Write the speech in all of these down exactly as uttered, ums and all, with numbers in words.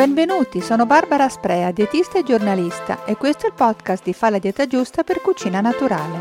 Benvenuti, sono Barbara Sprea, dietista e giornalista, e questo è il podcast di Fa la dieta giusta per cucina naturale.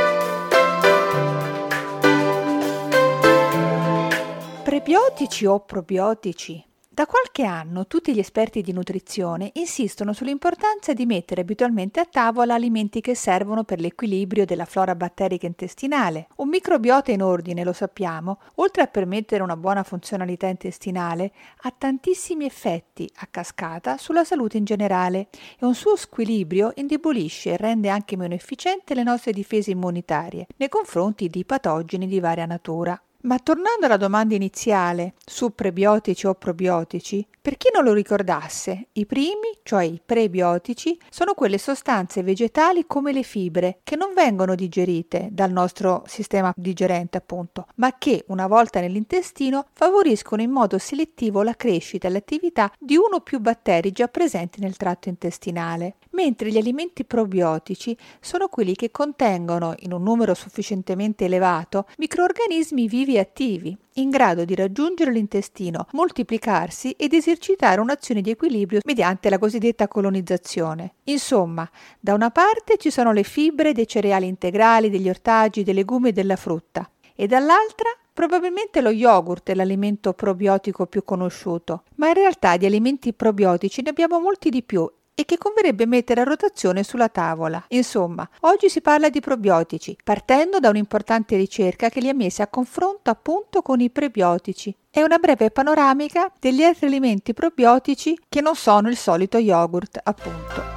Prebiotici o probiotici? Da qualche anno tutti gli esperti di nutrizione insistono sull'importanza di mettere abitualmente a tavola alimenti che servono per l'equilibrio della flora batterica intestinale. Un microbiota in ordine, lo sappiamo, oltre a permettere una buona funzionalità intestinale, ha tantissimi effetti a cascata sulla salute in generale e un suo squilibrio indebolisce e rende anche meno efficiente le nostre difese immunitarie nei confronti di patogeni di varia natura. Ma tornando alla domanda iniziale su prebiotici o probiotici, per chi non lo ricordasse, i primi, cioè i prebiotici, sono quelle sostanze vegetali come le fibre che non vengono digerite dal nostro sistema digerente, appunto, ma che una volta nell'intestino favoriscono in modo selettivo la crescita e l'attività di uno o più batteri già presenti nel tratto intestinale, mentre gli alimenti probiotici sono quelli che contengono, in un numero sufficientemente elevato, microrganismi vivi e attivi, in grado di raggiungere l'intestino, moltiplicarsi ed esercitare un'azione di equilibrio mediante la cosiddetta colonizzazione. Insomma, da una parte ci sono le fibre dei cereali integrali, degli ortaggi, dei legumi e della frutta, e dall'altra probabilmente lo yogurt è l'alimento probiotico più conosciuto, ma in realtà di alimenti probiotici ne abbiamo molti di più e che converrebbe mettere a rotazione sulla tavola. Insomma, oggi si parla di probiotici, partendo da un'importante ricerca che li ha messi a confronto appunto con i prebiotici. È una breve panoramica degli altri alimenti probiotici che non sono il solito yogurt, appunto.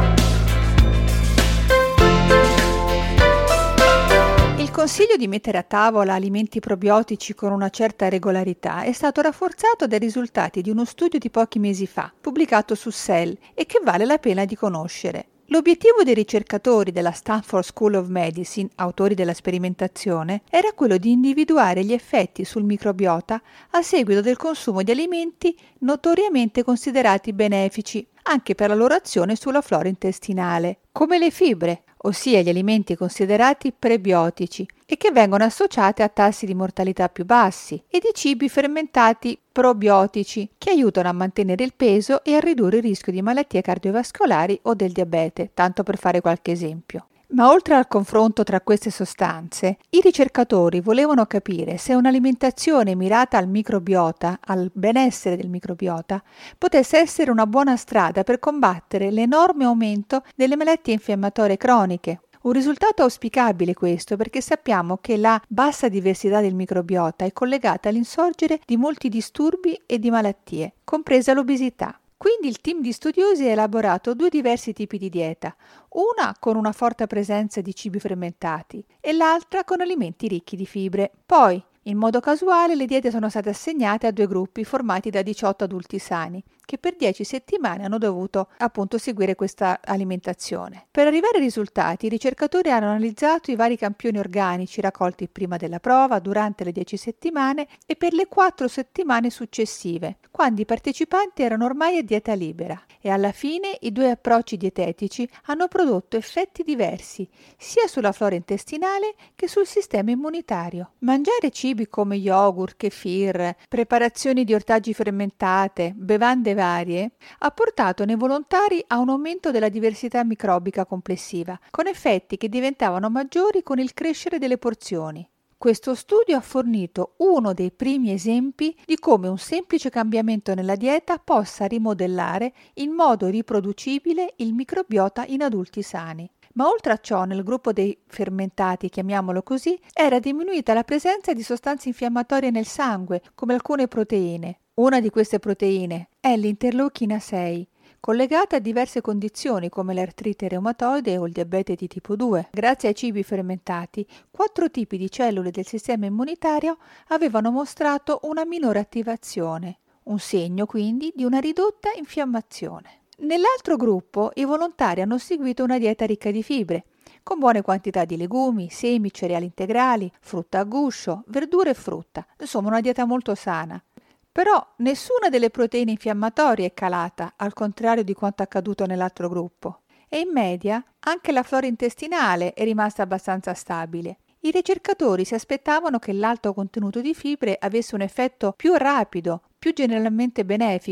Il consiglio di mettere a tavola alimenti probiotici con una certa regolarità è stato rafforzato dai risultati di uno studio di pochi mesi fa, pubblicato su Cell e che vale la pena di conoscere. L'obiettivo dei ricercatori della Stanford School of Medicine, autori della sperimentazione, era quello di individuare gli effetti sul microbiota a seguito del consumo di alimenti notoriamente considerati benefici, anche per la loro azione sulla flora intestinale, come le fibre, ossia gli alimenti considerati prebiotici e che vengono associati a tassi di mortalità più bassi, e di cibi fermentati probiotici che aiutano a mantenere il peso e a ridurre il rischio di malattie cardiovascolari o del diabete, tanto per fare qualche esempio. Ma oltre al confronto tra queste sostanze, i ricercatori volevano capire se un'alimentazione mirata al microbiota, al benessere del microbiota, potesse essere una buona strada per combattere l'enorme aumento delle malattie infiammatorie croniche. Un risultato auspicabile questo, perché sappiamo che la bassa diversità del microbiota è collegata all'insorgere di molti disturbi e di malattie, compresa l'obesità. Quindi il team di studiosi ha elaborato due diversi tipi di dieta, una con una forte presenza di cibi fermentati e l'altra con alimenti ricchi di fibre. Poi, in modo casuale, le diete sono state assegnate a due gruppi formati da diciotto adulti sani, che per dieci settimane hanno dovuto appunto seguire questa alimentazione. Per arrivare ai risultati, i ricercatori hanno analizzato i vari campioni organici raccolti prima della prova, durante le dieci settimane e per le quattro settimane successive, quando i partecipanti erano ormai a dieta libera, e alla fine i due approcci dietetici hanno prodotto effetti diversi sia sulla flora intestinale che sul sistema immunitario. Mangiare cibi come yogurt, kefir, preparazioni di ortaggi fermentate, bevande varie, ha portato nei volontari a un aumento della diversità microbica complessiva, con effetti che diventavano maggiori con il crescere delle porzioni. Questo studio ha fornito uno dei primi esempi di come un semplice cambiamento nella dieta possa rimodellare in modo riproducibile il microbiota in adulti sani. Ma oltre a ciò, nel gruppo dei fermentati, chiamiamolo così, era diminuita la presenza di sostanze infiammatorie nel sangue, come alcune proteine. Una di queste proteine è l'interleuchina sei, collegata a diverse condizioni come l'artrite reumatoide o il diabete di tipo due. Grazie ai cibi fermentati, quattro tipi di cellule del sistema immunitario avevano mostrato una minore attivazione, un segno quindi di una ridotta infiammazione. Nell'altro gruppo i volontari hanno seguito una dieta ricca di fibre, con buone quantità di legumi, semi, cereali integrali, frutta a guscio, verdure e frutta, insomma una dieta molto sana. Però nessuna delle proteine infiammatorie è calata, al contrario di quanto accaduto nell'altro gruppo. E in media anche la flora intestinale è rimasta abbastanza stabile. I ricercatori si aspettavano che l'alto contenuto di fibre avesse un effetto più rapido, più generalmente benefico,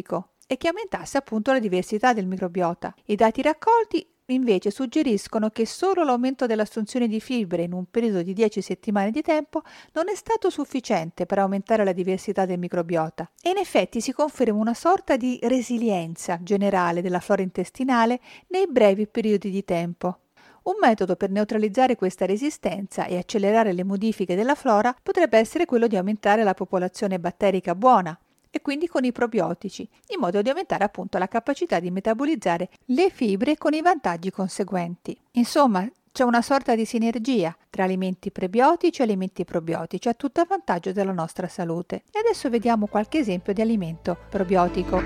e che aumentasse appunto la diversità del microbiota. I dati raccolti invece suggeriscono che solo l'aumento dell'assunzione di fibre in un periodo di dieci settimane di tempo non è stato sufficiente per aumentare la diversità del microbiota e in effetti si conferma una sorta di resilienza generale della flora intestinale nei brevi periodi di tempo. Un metodo per neutralizzare questa resistenza e accelerare le modifiche della flora potrebbe essere quello di aumentare la popolazione batterica buona, e quindi con i probiotici, in modo di aumentare appunto la capacità di metabolizzare le fibre con i vantaggi conseguenti. Insomma, c'è una sorta di sinergia tra alimenti prebiotici e alimenti probiotici a tutto vantaggio della nostra salute. E adesso vediamo qualche esempio di alimento probiotico.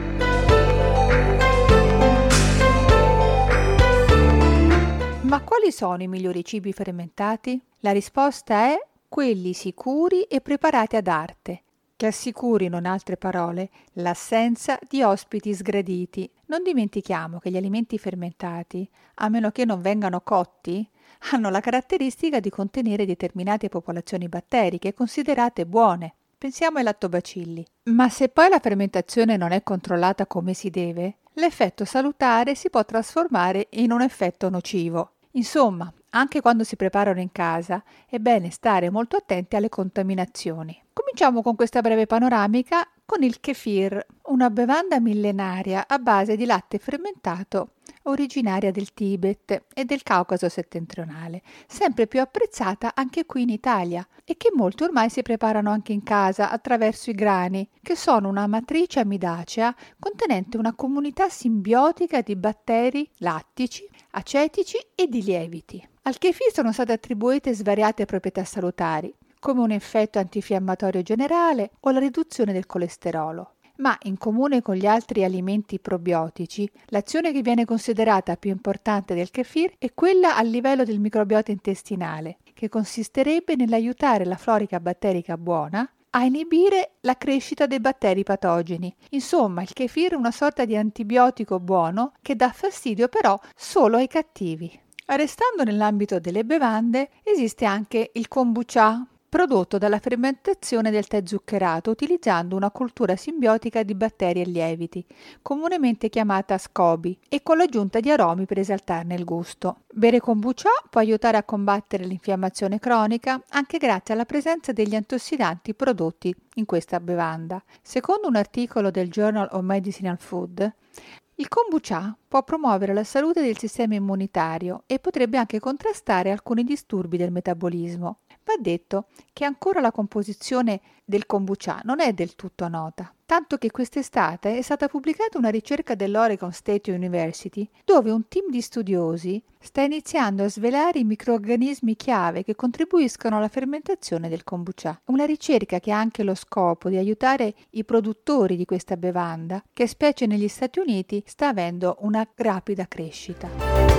Ma quali sono i migliori cibi fermentati? La risposta è quelli sicuri e preparati ad arte, che assicurino, in altre parole, l'assenza di ospiti sgraditi. Non dimentichiamo che gli alimenti fermentati, a meno che non vengano cotti, hanno la caratteristica di contenere determinate popolazioni batteriche considerate buone. Pensiamo ai lattobacilli. Ma se poi la fermentazione non è controllata come si deve, l'effetto salutare si può trasformare in un effetto nocivo. Insomma, anche quando si preparano in casa, è bene stare molto attenti alle contaminazioni. Cominciamo con questa breve panoramica con il kefir, una bevanda millenaria a base di latte fermentato originaria del Tibet e del Caucaso settentrionale, sempre più apprezzata anche qui in Italia e che molti ormai si preparano anche in casa attraverso i grani, che sono una matrice amidacea contenente una comunità simbiotica di batteri lattici, acetici e di lieviti. Al kefir sono state attribuite svariate proprietà salutari, come un effetto antinfiammatorio generale o la riduzione del colesterolo. Ma in comune con gli altri alimenti probiotici, l'azione che viene considerata più importante del kefir è quella a livello del microbiota intestinale, che consisterebbe nell'aiutare la flora batterica buona a inibire la crescita dei batteri patogeni. Insomma, il kefir è una sorta di antibiotico buono che dà fastidio però solo ai cattivi. Restando nell'ambito delle bevande, esiste anche il kombucha, prodotto dalla fermentazione del tè zuccherato utilizzando una cultura simbiotica di batteri e lieviti, comunemente chiamata SCOBY, e con l'aggiunta di aromi per esaltarne il gusto. Bere kombucha può aiutare a combattere l'infiammazione cronica anche grazie alla presenza degli antiossidanti prodotti in questa bevanda. Secondo un articolo del Journal of Medicinal Food, il kombucha può promuovere la salute del sistema immunitario e potrebbe anche contrastare alcuni disturbi del metabolismo. Va detto che ancora la composizione del kombucha non è del tutto nota, tanto che quest'estate è stata pubblicata una ricerca dell'Oregon State University dove un team di studiosi sta iniziando a svelare i microrganismi chiave che contribuiscono alla fermentazione del kombucha. Una ricerca che ha anche lo scopo di aiutare i produttori di questa bevanda, che specie negli Stati Uniti sta avendo una rapida crescita.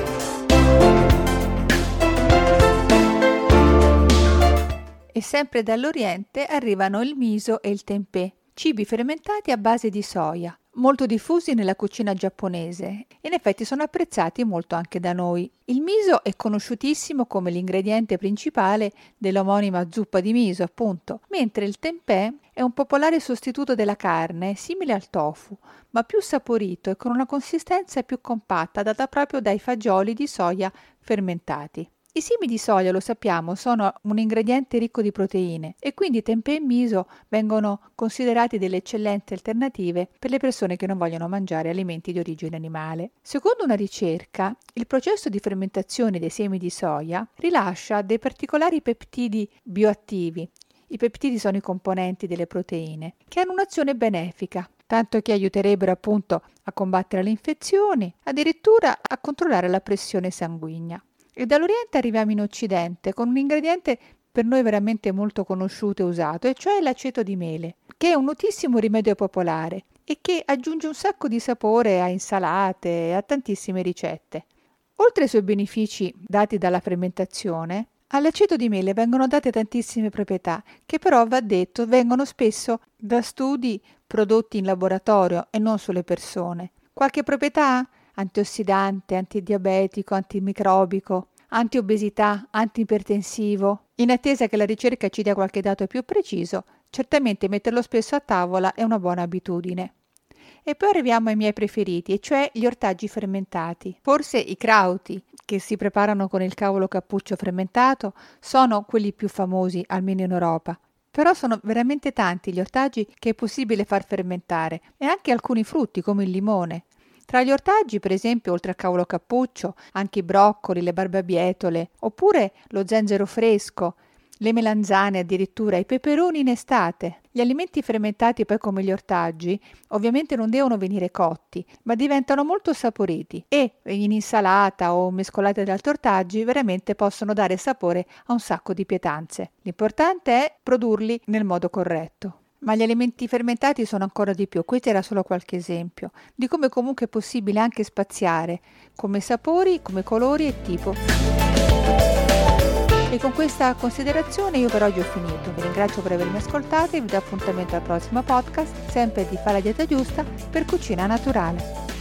E sempre dall'Oriente arrivano il miso e il tempeh, cibi fermentati a base di soia, molto diffusi nella cucina giapponese e in effetti sono apprezzati molto anche da noi. Il miso è conosciutissimo come l'ingrediente principale dell'omonima zuppa di miso, appunto, mentre il tempeh è un popolare sostituto della carne, simile al tofu, ma più saporito e con una consistenza più compatta data proprio dai fagioli di soia fermentati. I semi di soia, lo sappiamo, sono un ingrediente ricco di proteine e quindi tempeh e miso vengono considerati delle eccellenti alternative per le persone che non vogliono mangiare alimenti di origine animale. Secondo una ricerca, il processo di fermentazione dei semi di soia rilascia dei particolari peptidi bioattivi. I peptidi sono i componenti delle proteine che hanno un'azione benefica, tanto che aiuterebbero appunto a combattere le infezioni, addirittura a controllare la pressione sanguigna. E dall'Oriente arriviamo in Occidente con un ingrediente per noi veramente molto conosciuto e usato, e cioè l'aceto di mele, che è un notissimo rimedio popolare e che aggiunge un sacco di sapore a insalate e a tantissime ricette. Oltre ai suoi benefici dati dalla fermentazione, all'aceto di mele vengono date tantissime proprietà che però, va detto, vengono spesso da studi prodotti in laboratorio e non sulle persone. Qualche proprietà? Antiossidante, antidiabetico, antimicrobico, antiobesità, antiipertensivo. In attesa che la ricerca ci dia qualche dato più preciso, certamente metterlo spesso a tavola è una buona abitudine. E poi arriviamo ai miei preferiti, e cioè gli ortaggi fermentati. Forse i krauti, che si preparano con il cavolo cappuccio fermentato, sono quelli più famosi, almeno in Europa. Però sono veramente tanti gli ortaggi che è possibile far fermentare, e anche alcuni frutti come il limone. Tra gli ortaggi, per esempio, oltre al cavolo cappuccio, anche i broccoli, le barbabietole, oppure lo zenzero fresco, le melanzane addirittura, i peperoni in estate. Gli alimenti fermentati poi come gli ortaggi ovviamente non devono venire cotti, ma diventano molto saporiti e in insalata o mescolati ad altri ortaggi veramente possono dare sapore a un sacco di pietanze. L'importante è produrli nel modo corretto. Ma gli alimenti fermentati sono ancora di più. Questo era solo qualche esempio di come comunque è possibile anche spaziare come sapori, come colori e tipo. E con questa considerazione io per oggi ho finito. Vi ringrazio per avermi ascoltato e vi do appuntamento al prossimo podcast, sempre di Fare la dieta giusta per cucina naturale.